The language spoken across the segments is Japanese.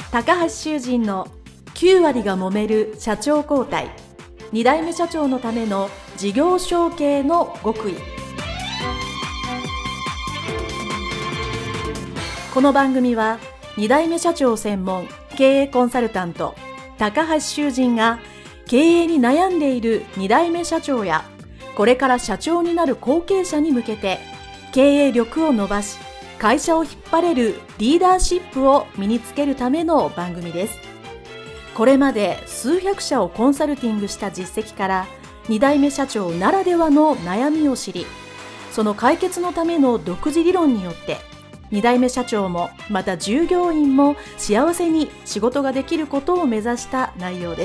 高橋修人の9割が揉める社長交代、2代目社長のための事業承継の極意。この番組は2代目社長専門経営コンサルタント高橋修人が経営に悩んでいる2代目社長やこれから社長になる後継者に向けて経営力を伸ばし会社を引っ張れるリーダーシップを身につけるための番組です。これまで数百社をコンサルティングした実績から2代目社長ならではの悩みを知り、その解決のための独自理論によって2代目社長もまた従業員も幸せに仕事ができることを目指した内容です。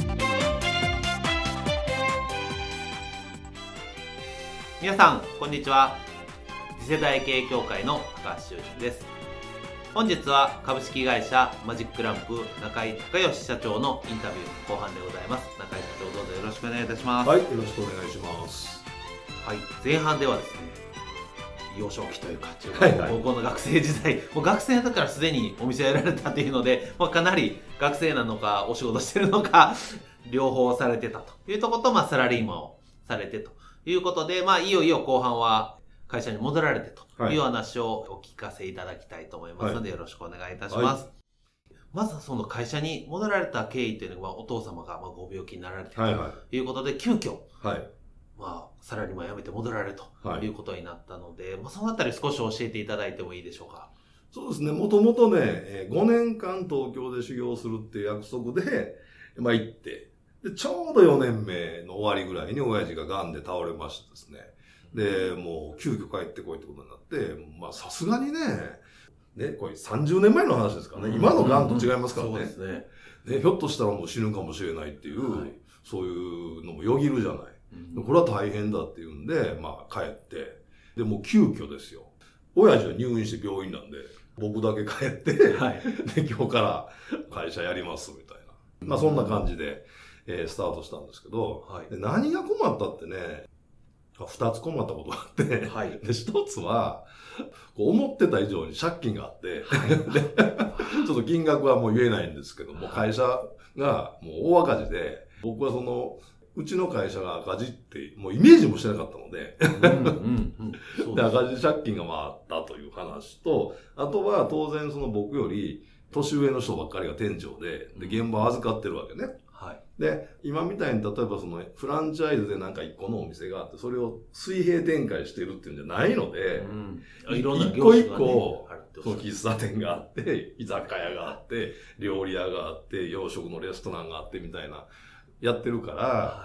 皆さんこんにちは。次世代経営協会の高橋修人です。本日は株式会社マジックランプ中井孝義社長のインタビュー後半でございます。中井社長、どうぞよろしくお願いいたします。 はい、よろしくお願いします。 はい、前半ではですね、幼少期というか高校の学生時代、もう学生だからすでにお店をやられたというので、かなり学生なのかお仕事してるのか両方されてたというところと、サラリーマンをされてということで、いよいよ後半は会社に戻られてという話をお聞かせいただきたいと思いますので、よろしくお願いいたします。まずはその会社に戻られた経緯というのは、お父様がご病気になられてということで、急遽、サラリーマン辞めて戻られるということになったので、そのあたり少し教えていただいてもいいでしょうか。 そうですね、もともとね、5年間東京で修行するっていう約束で、行って、で、ちょうど4年目の終わりぐらいに親父が癌で倒れましてですね。で、もう急遽帰ってこいってことになって、さすがにね、これ30年前の話ですからね、今の癌と違いますからね。 そうですね。 ひょっとしたらもう死ぬかもしれないっていう、そういうのもよぎるじゃない。これは大変だっていうんで、帰って、で、もう急遽ですよ。親父は入院して病院なんで、僕だけ帰って、で、今日から会社やりますみたいな。そんな感じで、スタートしたんですけど、で何が困ったってね、二つ困ったことがあって、で、一つは、思ってた以上に借金があって、で、ちょっと金額はもう言えないんですけども、会社がもう大赤字で、僕はうちの会社が赤字ってもうイメージもしてなかったので、で、赤字借金があったという話と、あとは当然僕より年上の人ばっかりが店長で、現場を預かってるわけね。で、今みたいに例えばフランチャイズで一個のお店があって、それを水平展開してるっていうんじゃないので、一個一個、喫茶店があって、居酒屋があって、料理屋があって、洋食のレストランがあってみたいな、やってるから、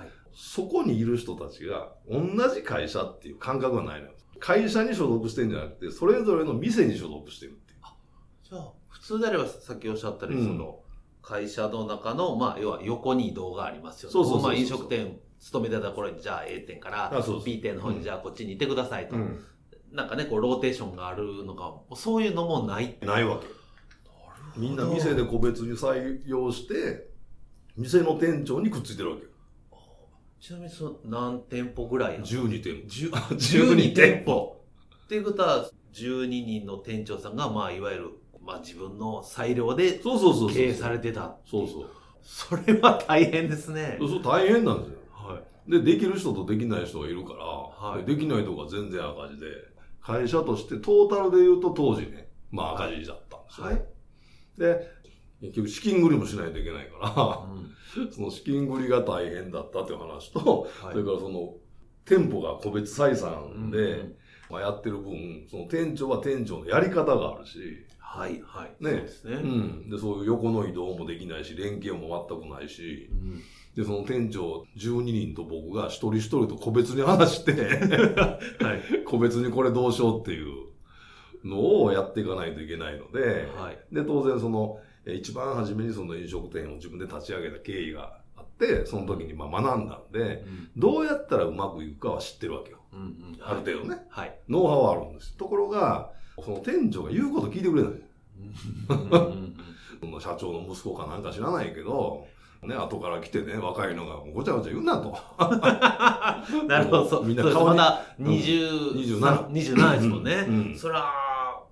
そこにいる人たちが同じ会社っていう感覚がないのよ。会社に所属してるんじゃなくて、それぞれの店に所属してるっていう。 じゃあ、普通であればさっきおっしゃったように、会社の中の、要は横に移動がありますよね。飲食店勤めてた頃に、じゃあ A 店から B 店の方にじゃあこっちにいてくださいと。ローテーションがあるのか、そういうのもない。 ないわけ。みんな店で個別に採用して、店の店長にくっついてるわけよ。 ちなみに何店舗ぐらい ？12店舗。 12店舗。っていうことは、12人の店長さんが、いわゆる、自分の裁量で経営されてた。それは大変ですね。 大変なんですよ。で、できる人とできない人がいるから、できないとこが全然赤字で、会社としてトータルで言うと当時ね、赤字だったんですよね。で、結局資金繰りもしないといけないから、その資金繰りが大変だったっていう話と、それから店舗が個別採算で、やってる分、店長は店長のやり方があるし、 そうですね。 で、そういう横の移動もできないし、連携も全くないし、で、その店長12人と僕が一人一人と個別に話して、個別にこれどうしようっていうのをやっていかないといけないので、で、当然一番初めに飲食店を自分で立ち上げた経緯があって、その時に学んだんで、どうやったらうまくいくかは知ってるわけよ。ある程度ね。ノウハウはあるんです。ところが、その店長が言うこと聞いてくれない。社長の息子かなんか知らないけど、後から来てね、若いのがごちゃごちゃ言うなと。 なるほど。 みんな顔まだ27ですもんね。そら、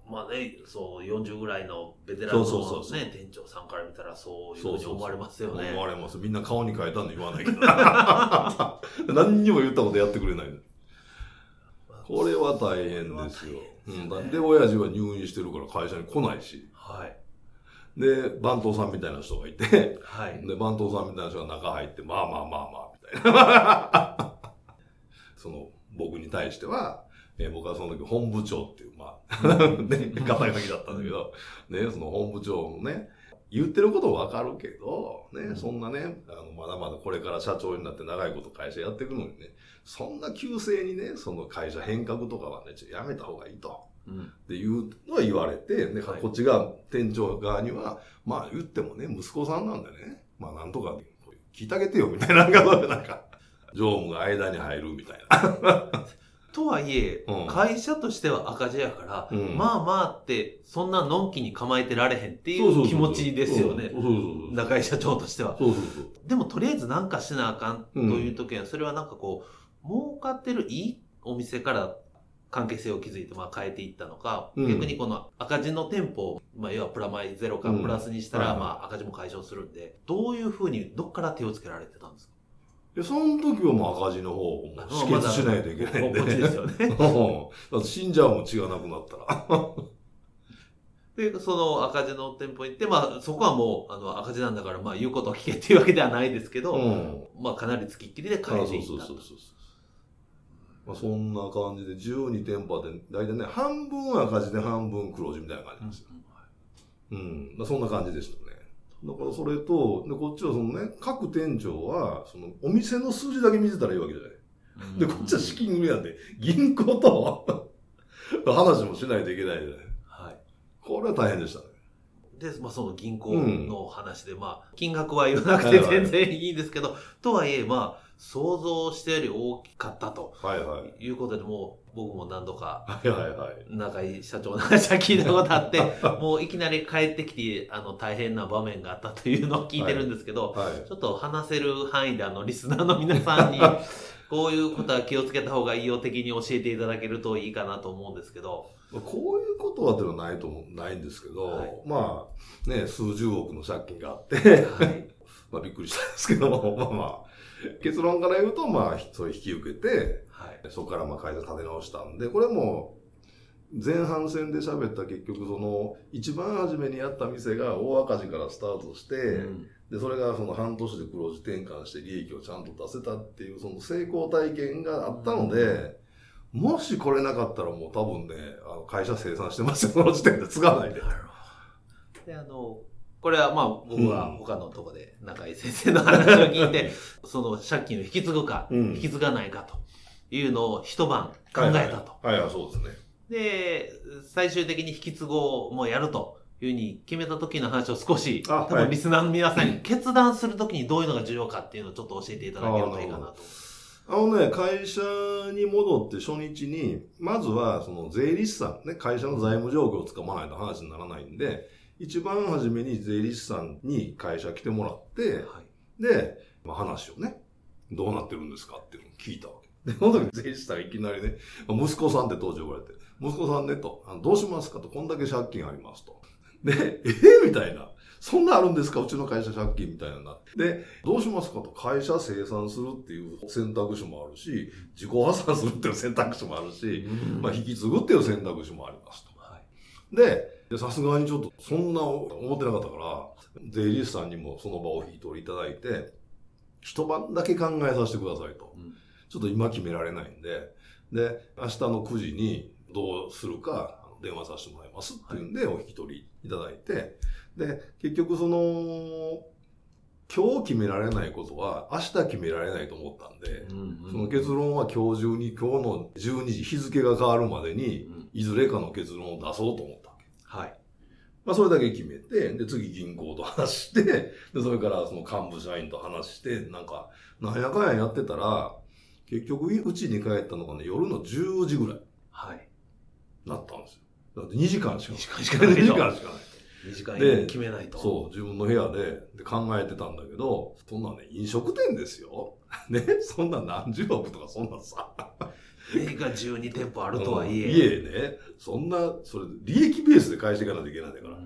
まあね、そう、40ぐらいのベテランのね、店長さんから見たらそういうふうに思われますよね。 思われます。みんな顔に書いたんで言わないけど。何にも言ったことやってくれない。これは大変ですよ。で、親父は入院してるから会社に来ないし。 はい。 で、番頭さんみたいな人がいて、 はい。 で、番頭さんみたいな人が中入って、まあ、みたいな。僕に対しては、僕はその時本部長っていう、ね、肩書きだったんだけど、ね、その本部長のね、言ってることはわかるけど、ね、そんなね、まだまだこれから社長になって長いこと会社やっていくのにね、そんな急性にね、その会社変革とかはね、やめた方がいいと。っていうのは言われて、で、こっちが店長側には、言ってもね、息子さんなんでね、なんとか聞いてあげてよ、みたいな、なんか、常務が間に入るみたいな。 とはいえ、会社としては赤字やから、ってそんなのんきに構えてられへんっていう気持ちですよね。中井社長としては。でもとりあえずなんかしなあかんという時は、それはなんかこう、儲かってるいいお店から関係性を築いて変えていったのか、逆にこの赤字の店舗を、要はプラマイゼロかプラスにしたら、赤字も解消するんで、どういうふうにどっから手をつけられてたんですか？ その時はもう赤字の方を止血しないといけないんで。 こっちですよね。 だって死んじゃうもん、血がなくなったら。 で、その赤字の店舗に行って、そこはもう、赤字なんだから、言うことを聞けっていうわけではないですけど、かなり付きっきりで変えていった。 そんな感じで、12店舗で、だいたいね、半分赤字で半分黒字みたいな感じですよ。そんな感じでしたね。だからそれと、で、こっちはそのね、各店長は、その、お店の数字だけ見てたらいいわけじゃない。で、こっちは資金繰りなんで、銀行と話もしないといけないじゃない。はい。これは大変でしたね。 で、その銀行の話で、金額は言わなくて全然いいんですけど、とはいえ、想像したより大きかったと。いうことで、もう、僕も何度か、中井社長の話は聞いたことあって、もういきなり帰ってきて、大変な場面があったというのを聞いてるんですけど、ちょっと話せる範囲で、リスナーの皆さんに、こういうことは気をつけた方がいいよ的に教えていただけるといいかなと思うんですけど。 こういうことはではないんですけど、数十億の借金があって、びっくりしたんですけど、結論から言うと、それ引き受けて、そこから会社立て直したんで、これも前半戦で喋った結局一番初めにやった店が大赤字からスタートして、で、それが半年で黒字転換して利益をちゃんと出せたっていう成功体験があったので、もしこれなかったらもう多分ね、会社生産してますよ、その時点で継がないで。 で、これは僕は他のとこで中井先生の話を聞いて、その借金を引き継ぐか、引き継がないかというのを一晩考えたと。 そうですね。 で、最終的に引き継ごうもやるというふうに決めた時の話を少し、多分リスナーの皆さんに決断する時にどういうのが重要かっていうのをちょっと教えていただけるといいかなと。 会社に戻って初日に、まずは税理士さんね、会社の財務状況をつかまないと話にならないんで、一番初めに税理士さんに会社来てもらって、で、話をね、どうなってるんですかっていうのを聞いたわけ。で、その時税理士さんがいきなりね、息子さんって当時呼ばれて、息子さんねと、どうしますかと、こんだけ借金ありますと。で、みたいな。そんなあるんですかうちの会社借金みたいななって。で、どうしますかと、会社清算するっていう選択肢もあるし、自己破産するっていう選択肢もあるし、引き継ぐっていう選択肢もありますと。で、さすがにちょっとそんな思ってなかったから、税理士さんにもその場を引いておりいただいて、一晩だけ考えさせてくださいと。ちょっと今決められないんで、で、明日の9時にどうするか電話させてもらいますっていうんでお引き取りいただいて、で、結局今日決められないことは明日決められないと思ったんで、その結論は今日中に今日の12時日付が変わるまでに、いずれかの結論を出そうと思ったわけ。それだけ決めて、で、次銀行と話して、で、それから幹部社員と話して、なんやかんややってたら、結局うちに帰ったのがね、夜の10時ぐらい。なったんですよ。だって2時間しかない。2時間しかない。 2時間で決めないと。 そう、自分の部屋で考えてたんだけど、そんなね、飲食店ですよ。ね、そんな何十億とかそんなさ。 が12店舗あるとはいえ。 家ね、それ、利益ベースで返していかないといけないんだから。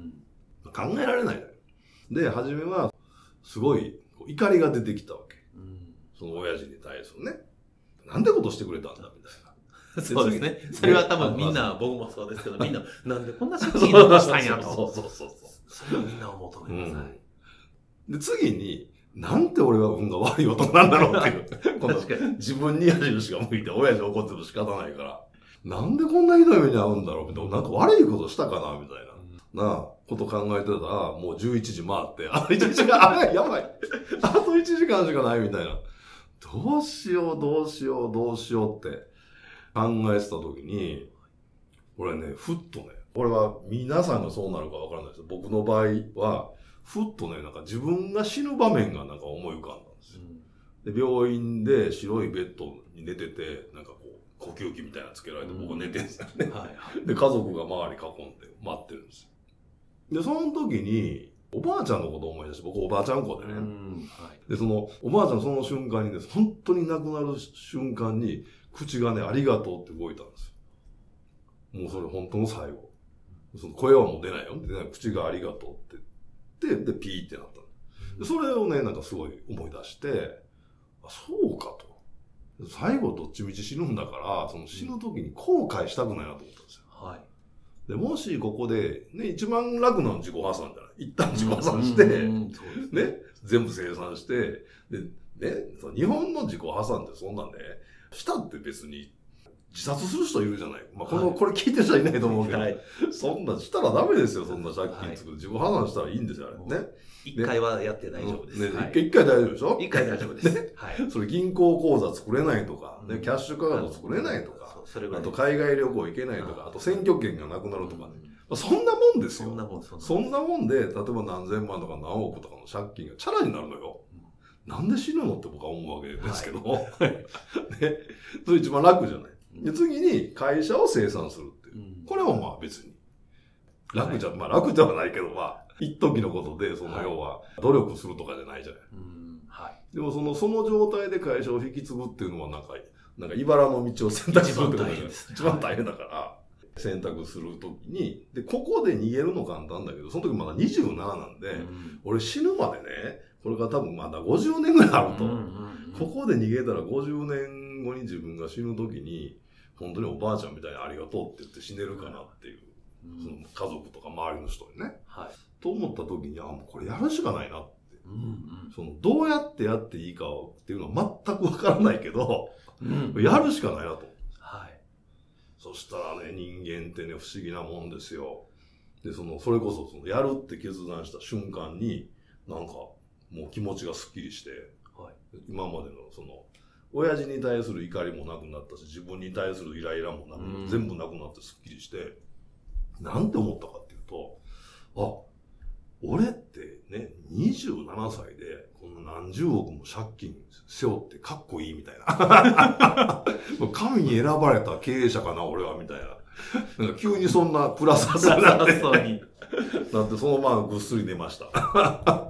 考えられないのよ。で、初めは、すごい、怒りが出てきたわけ。その親父に対するね。なんてことしてくれたんだ、みたいな。 そうですね。それは多分みんな、僕もそうですけど、みんな、なんでこんな借金残したんやと。 そう。 それをみんな思うめなさい。 で、次に、なんて俺は運が悪い男なんだろうっていう。 確かに。 自分に矢印が向いて、親父怒っても仕方ないから。なんでこんなひどい目に遭うんだろうみたいな。なんか悪いことしたかなみたいな。こと考えてたら、もう11時回って、あと1時間、やばい。あと1時間しかないみたいな。どうしようって考えてた時に、俺ね、ふっとね、これは皆さんがそうなるかわからないです。僕の場合は、ふっとね、なんか自分が死ぬ場面がなんか思い浮かんだんですよ。で、病院で白いベッドに寝てて、なんかこう、呼吸器みたいなのつけられて僕寝てるんですよね。で、家族が周り囲んで待ってるんですよ。で、その時に、おばあちゃんのことを思い出して、僕おばあちゃん子でね。で、その、おばあちゃんその瞬間にね、本当に亡くなる瞬間に、口がね、ありがとうって動いたんですよ。もうそれ本当の最後。その声はもう出ないよ。で、口がありがとうって言って、で、ピーってなったの。で、それをね、なんかすごい思い出して、あ、そうかと。最後どっちみち死ぬんだから、その死ぬ時に後悔したくないなと思ったんですよ。で、もしここで、ね、一番楽なの自己破産じゃない。一旦自己破産して、ね、全部生産して、で、ね、日本の自己破産ってそんなんで、したって別に自殺する人いるじゃない。まあ、これ聞いてる人はいないと思うけど、そんなしたらダメですよ、そんな借金作る。自己破産したらいいんですよ、あれね。 一回はやって大丈夫です。 一回大丈夫でしょ？ 一回大丈夫です。 それ銀行口座作れないとか、キャッシュカード作れないとか、あと海外旅行行けないとか、あと選挙権がなくなるとかね。そんなもんですよ。そんなもんで、例えば何千万とか何億とかの借金がチャラになるのよ。なんで死ぬのって僕は思うわけですけど。ね。それ一番楽じゃない。で、次に会社を清算するっていう。これもまあ別に。楽じゃはないけど、まあ、一時のことで、その要は、努力するとかじゃないじゃない。でもその状態で会社を引き継ぐっていうのはなんか茨の道を選択するってことです一番大変だから、選択するときに、で、ここで逃げるの簡単だけど、その時まだ27なんで、俺死ぬまでね、これから多分まだ50年ぐらいあると。ここで逃げたら50年後に自分が死ぬ時に、本当におばあちゃんみたいにありがとうって言って死ねるかなっていう。その家族とか周りの人にね。と思った時に、もうこれやるしかないなって。その、どうやってやっていいかっていうのは全くわからないけど、やるしかないなと。そしたらね、人間ってね、不思議なもんですよ。で、それこそ、やるって決断した瞬間に、なんか、もう気持ちがスッキリして、今までの親父に対する怒りもなくなったし、自分に対するイライラも全部なくなってスッキリして、なんて思ったかっていうと、俺ってね、27歳で、こんな何十億も借金背負ってかっこいいみたいな。神に選ばれた経営者かな、俺は、みたいな。なんか急にそんなプラスになって、なんてそのままぐっすり寝ました。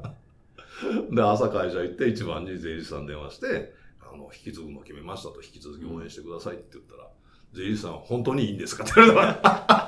で、朝会社行って一番に税理士さん電話して、引き継ぐの決めましたと、引き続き応援してくださいって言ったら、税理士さんは本当にいいんですかって言われた。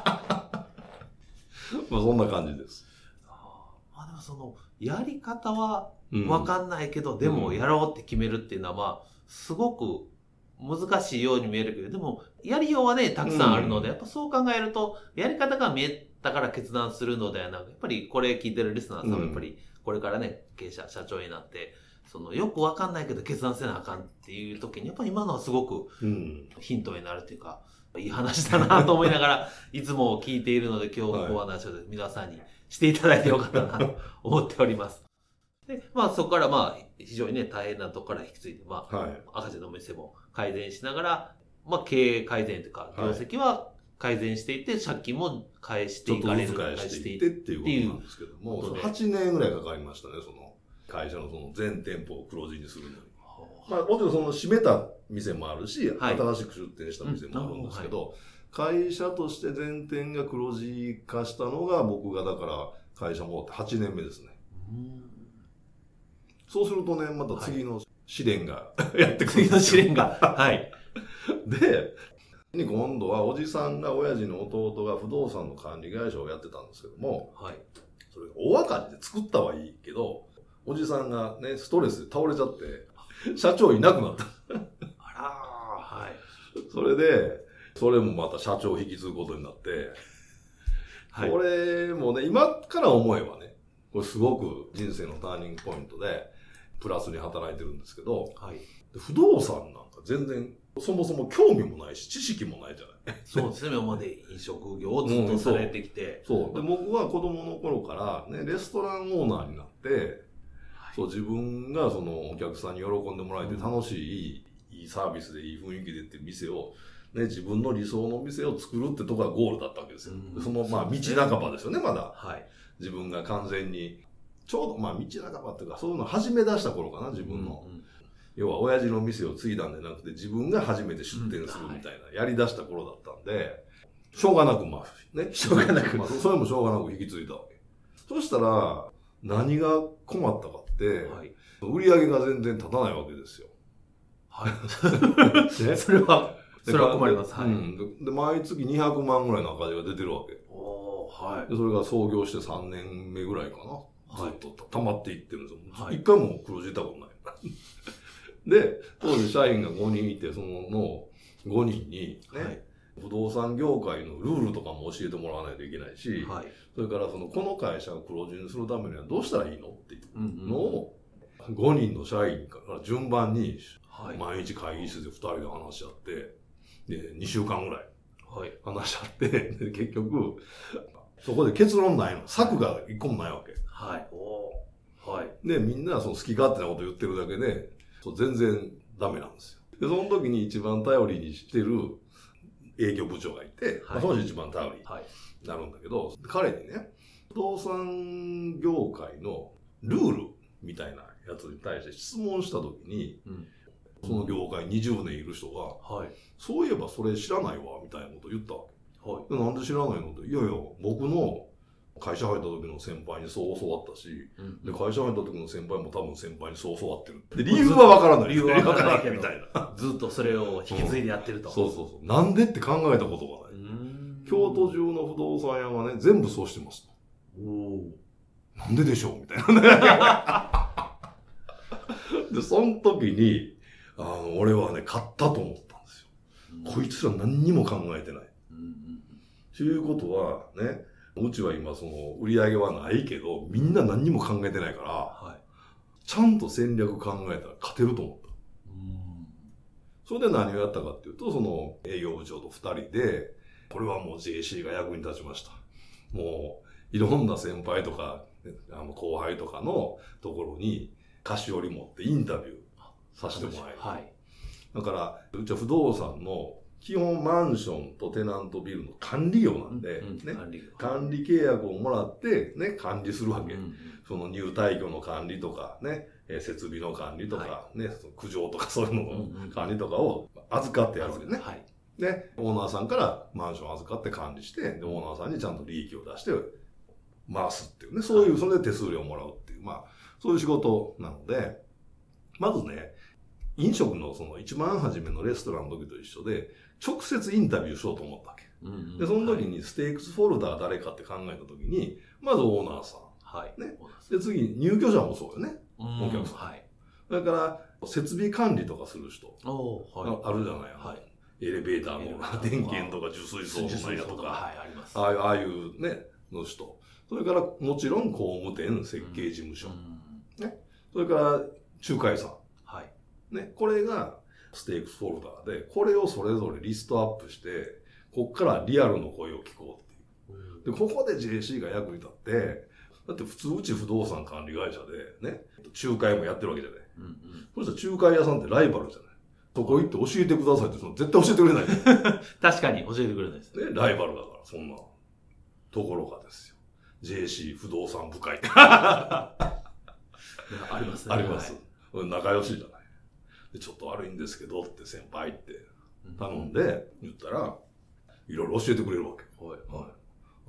まあそんな感じです。 まあでもやり方はわかんないけど、でもやろうって決めるっていうのはまあ、すごく難しいように見えるけど、でもやりようはね、たくさんあるので、やっぱそう考えると、やり方が見えたから決断するのではなく、やっぱりこれ聞いてるリスナーさんもやっぱり、これからね、経営者、社長になって、よくわかんないけど決断せなあかんっていう時に、やっぱり今のはすごくヒントになるというか、いい話だなと思いながら、いつも聞いているので、今日ご話を皆さんにしていただいてよかったなと思っております。で、まあそこからまあ、非常にね、大変なところから引き継いで、まあ、赤字のお店も改善しながら、まあ経営改善というか、業績は改善していって、借金も返していかれる。 ちょっとずつ返していってっていうことなんですけども、8年ぐらいかかりましたね、会社の全店舗を黒字にするのに。まあもちろん閉めた店もあるし、新しく出店した店もあるんですけど、会社として全店が黒字化したのが僕がだから会社持って8年目ですね。そうするとね、また次の試練がやってくるんですよ。 次の試練が。 で、 今度はおじさんが親父の弟が不動産の管理会社をやってたんですけども、 はい。 それ大赤字で作ったはいいけど、おじさんがね、ストレスで倒れちゃって、社長いなくなった。 あらー、はい。 それで、それもまた社長を引き継ぐことになって、はい、これもね、今から思えばね、これすごく人生のターニングポイントで、プラスに働いてるんですけど、 はい、 不動産なんか全然、そもそも興味もないし、知識もないじゃない。 そうですね、今まで飲食業をずっとされてきて。 そう。で、僕は子供の頃からね、レストランオーナーになって、はい、そう、自分がそのお客さんに喜んでもらえて楽しい、いいサービスでいい雰囲気でっていう店を、ね、自分の理想の店を作るってとこがゴールだったわけですよ。その、まあ、道半ばですよね、まだ。はい。自分が完全に、ちょうど、まあ、道半ばっていうか、そういうのを始め出した頃かな、自分の。要は、親父の店を継いだんじゃなくて、自分が初めて出店するみたいな、やり出した頃だったんで、しょうがなく、まあ、ね。 しょうがなく。 まあ、それもしょうがなく引き継いだわけ。そしたら、何が困ったかって、はい、売り上げが全然立たないわけですよ。 はい。ね、それは困ります。はい。 で、毎月200万ぐらいの赤字が出てるわけ。 はい。 で、それが創業して3年目ぐらいかな。ずっと溜まっていってるんですよ。 はい。 一回も黒字いたことない。で、当時社員が5人いて、その5人にね、はい、不動産業界のルールとかも教えてもらわないといけないし、はい、それからこの会社を黒字にするためにはどうしたらいいのっていうのを、5人の社員から順番に、毎日会議室で2人で話し合って、で、2週間ぐらい話し合って、で結局、そこで結論ないの。策が一個もないわけ。 はい。 はい。で、みんなその好き勝手なこと言ってるだけで、全然ダメなんですよ。で、その時に一番頼りにしてる営業部長がいて、はい、その人一番頼りになるんだけど、彼にね、不動産業界のルールみたいなやつに対して質問した時に、その業界20年いる人が、はい、そういえばそれ知らないわ、みたいなことを言ったわけ。はい、でなんで知らないのって、いやいや、僕の会社入った時の先輩にそう教わったし、で会社入った時の先輩も多分先輩にそう教わってる。で、理由はわからない。 理由はわからないみたいな。 ずっとそれを引き継いでやってると。 そうそう。なんでって考えたことがない。京都中の不動産屋はね、全部そうしてますと。なんででしょうみたいなね。で、その時に、俺はね、買ったと思ったんですよ。こいつら何にも考えてない。ということはね、うちは今その売り上げはないけど、みんな何にも考えてないから、はい、ちゃんと戦略考えたら勝てると思った。それで何をやったかっていうと、その営業部長と2人で、これはもう JC が役に立ちました。もういろんな先輩とか、後輩とかのところに菓子折り持ってインタビューさせてもらえる。はい、だから、うちは不動産の基本マンションとテナントビルの管理業なんで、ね、管理契約をもらってね、管理するわけ。その入退去の管理とかね、設備の管理とか、ね、その苦情とかそういうのの管理とかを預かってやるわけね。で、オーナーさんからマンション預かって管理して、で、オーナーさんにちゃんと利益を出して回すっていうね、そういう、それで手数料をもらうっていう、まあ、そういう仕事なので、まずね、飲食のその一番初めのレストランの時と一緒で、直接インタビューしようと思ったわけ。で、その時にステークスフォルダー誰かって考えた時に、まずオーナーさん。はい。ね。で、次、入居者もそうよね。お客さん。はい。それから、設備管理とかする人。はい。あるじゃない。はい。エレベーターの電源とか受水槽のなんやとか。はい、あります。ああいうね、の人。それから、もちろん工務店、設計事務所。ね。それから、仲介さん。はい。ね。これが、ステークスフォルダーで、これをそれぞれリストアップして、こっからリアルの声を聞こうっていう。で、ここで JC が役に立って、だって普通うち不動産管理会社でね、仲介もやってるわけじゃない。そしたら仲介屋さんってライバルじゃない。そこ行って教えてくださいって絶対教えてくれない。 確かに教えてくれないですね。ライバルだから、そんな。ところがですよ。JC 不動産部会って。ありますね。 あります。はい、仲良しじゃない。でちょっと悪いんですけどって先輩って頼んで言ったら、いろいろ教えてくれるわけ。はい。はい。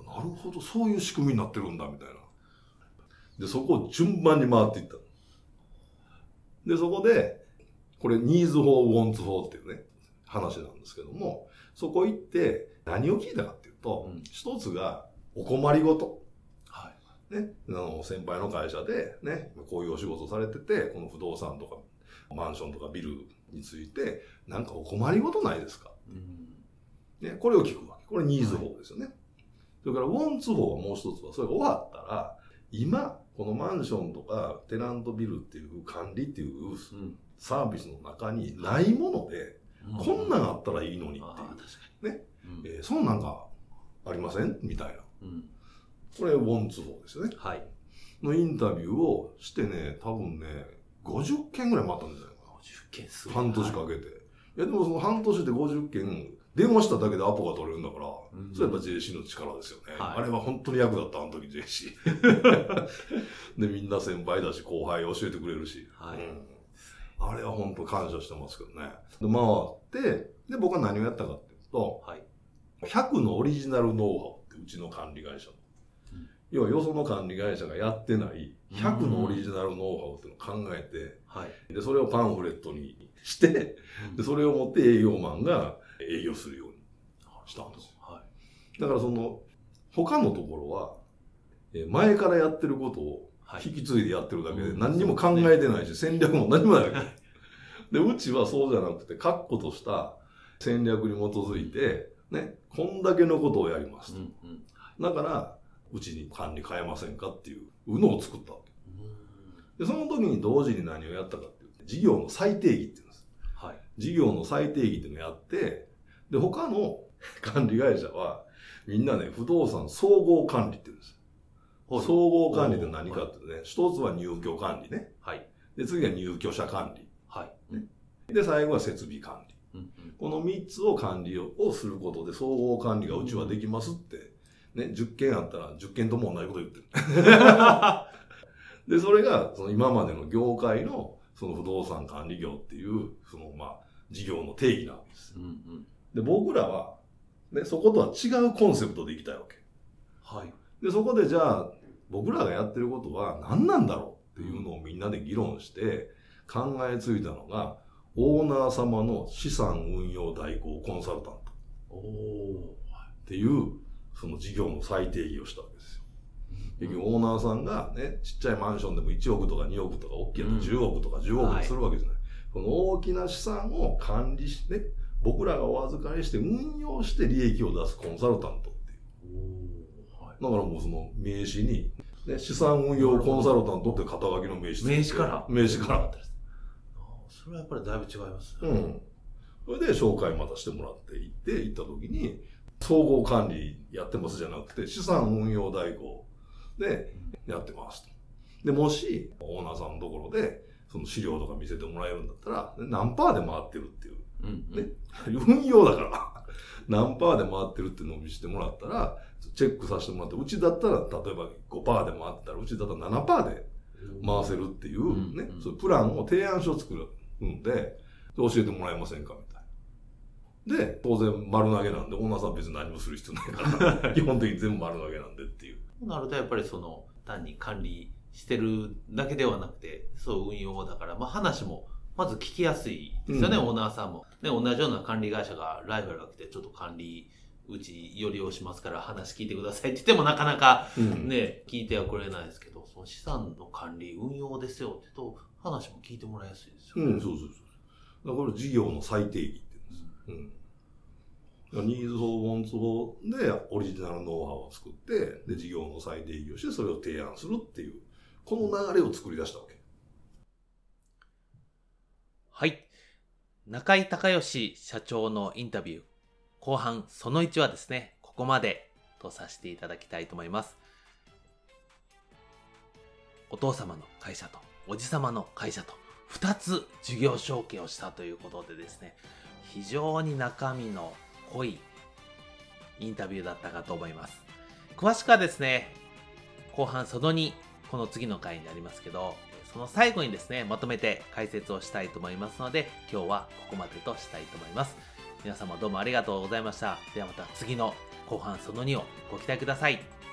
なるほど、そういう仕組みになってるんだ、みたいな。で、そこを順番に回っていった。で、そこで、これ、ニーズ法、ウォンツ法っていうね、 話なんですけども、そこ行って何を聞いたかっていうと、一つがお困りごと。ね、先輩の会社でね、こういうお仕事されてて、この不動産とかマンションとかビルについてなんかお困りごとないですか、ね、これを聞くわけ。これニーズ法ですよね。それからウォンツ法はもう一つは、それが終わったら今このマンションとかテナントビルっていう管理っていうサービスの中にないもので、こんなんあったらいいのにっていうね、そんなんかありませんみたいな、これウォンツ法ですよね、のインタビューをしてね、多分ね50件ぐらい待ったんじゃないかな。 50件すごい。 半年かけて、いやでもその半年で50件電話しただけでアポが取れるんだから、それやっぱ JC の力ですよね、あれは本当に役立った、あの時 JC でみんな先輩だし後輩教えてくれるし、あれは本当感謝してますけどね。で回って、で僕は何をやったかっていうと、100のオリジナルノウハウってうちの管理会社の、要はよその管理会社がやってない100のオリジナルノウハウっていうのを考えて、でそれをパンフレットにして、でそれを持って営業マンが営業するようにしたんですよ。だからその他のところは前からやってることを引き継いでやってるだけで何にも考えてないし、戦略も何もないわけで、うちはそうじゃなくて確固とした戦略に基づいてね、こんだけのことをやりますと、だからうちに管理変えませんかっていうのを作ったわけで、その時に同時に何をやったかっていうと、事業の再定義っていうんです、事業の再定義っていうのをやって、で他の管理会社はみんなね、不動産総合管理って言うんですよ。総合管理って何かっていうとね、一つは入居管理ね、で次は入居者管理、で最後は設備管理、この3つを管理をすることで総合管理がうちはできますってね、10件あったら10件とも同じこと言ってるでそれがその今までの業界のその不動産管理業っていうその事業の定義なんです、で僕らは、ね、そことは違うコンセプトでいきたいわけ、でそこでじゃあ僕らがやってることは何なんだろうっていうのをみんなで議論して考えついたのが、オーナー様の資産運用代行コンサルタントっていうその事業の再定義をしたわけですよ。結局オーナーさんがね、ちっちゃいマンションでも1億とか2億とか大きいやつ10億とか15億するわけじゃない、この大きな資産を管理して、僕らがお預かりして運用して利益を出すコンサルタントっていう、だからもうその名刺に、ね、資産運用コンサルタントって肩書きの名刺からそれはやっぱりだいぶ違いますね。 それで紹介またしてもらって行った時に、総合管理やってますじゃなくて、資産運用代行でやってますと。で、もしオーナーさんのところでその資料とか見せてもらえるんだったら、何パーで回ってるっていう、ね、運用だから何パーで回ってるっていうのを見せてもらったら、チェックさせてもらって、うちだったら例えば5パーで回ってたら、うちだったら7パーで回せるっていうね、そういうプランを提案書を作るんで、教えてもらえませんかみたいな。で、当然丸投げなんで、オーナーさんは別に何もする必要ないから基本的に全部丸投げなんでっていう。 なるとやっぱりその単に管理してるだけではなくて、そう運用だから、話もまず聞きやすいですよね、オーナーさんも。ね、同じような管理会社がライバルが来て、ちょっと管理うちよりをしますから話聞いてくださいって言ってもなかなかね、聞いてはくれないですけど、その資産の管理運用ですよって言うと話も聞いてもらいやすいですよね。 そう。だからこれ事業の再定義って言うんです。ニーズ法、ウォンツ法でオリジナルノウハウを作って、で事業の再定義をしてそれを提案するっていう、この流れを作り出したわけ。 はい。中井隆義社長のインタビュー後半その1はですね、ここまでとさせていただきたいと思います。お父様の会社とおじ様の会社と2つ事業承継をしたということでですね、非常に中身の濃いインタビューだったかと思います。詳しくはですね、後半その2、この次の回になりますけど、その最後にですね、まとめて解説をしたいと思いますので、今日はここまでとしたいと思います。皆様どうもありがとうございました。ではまた次の後半その2をご期待ください。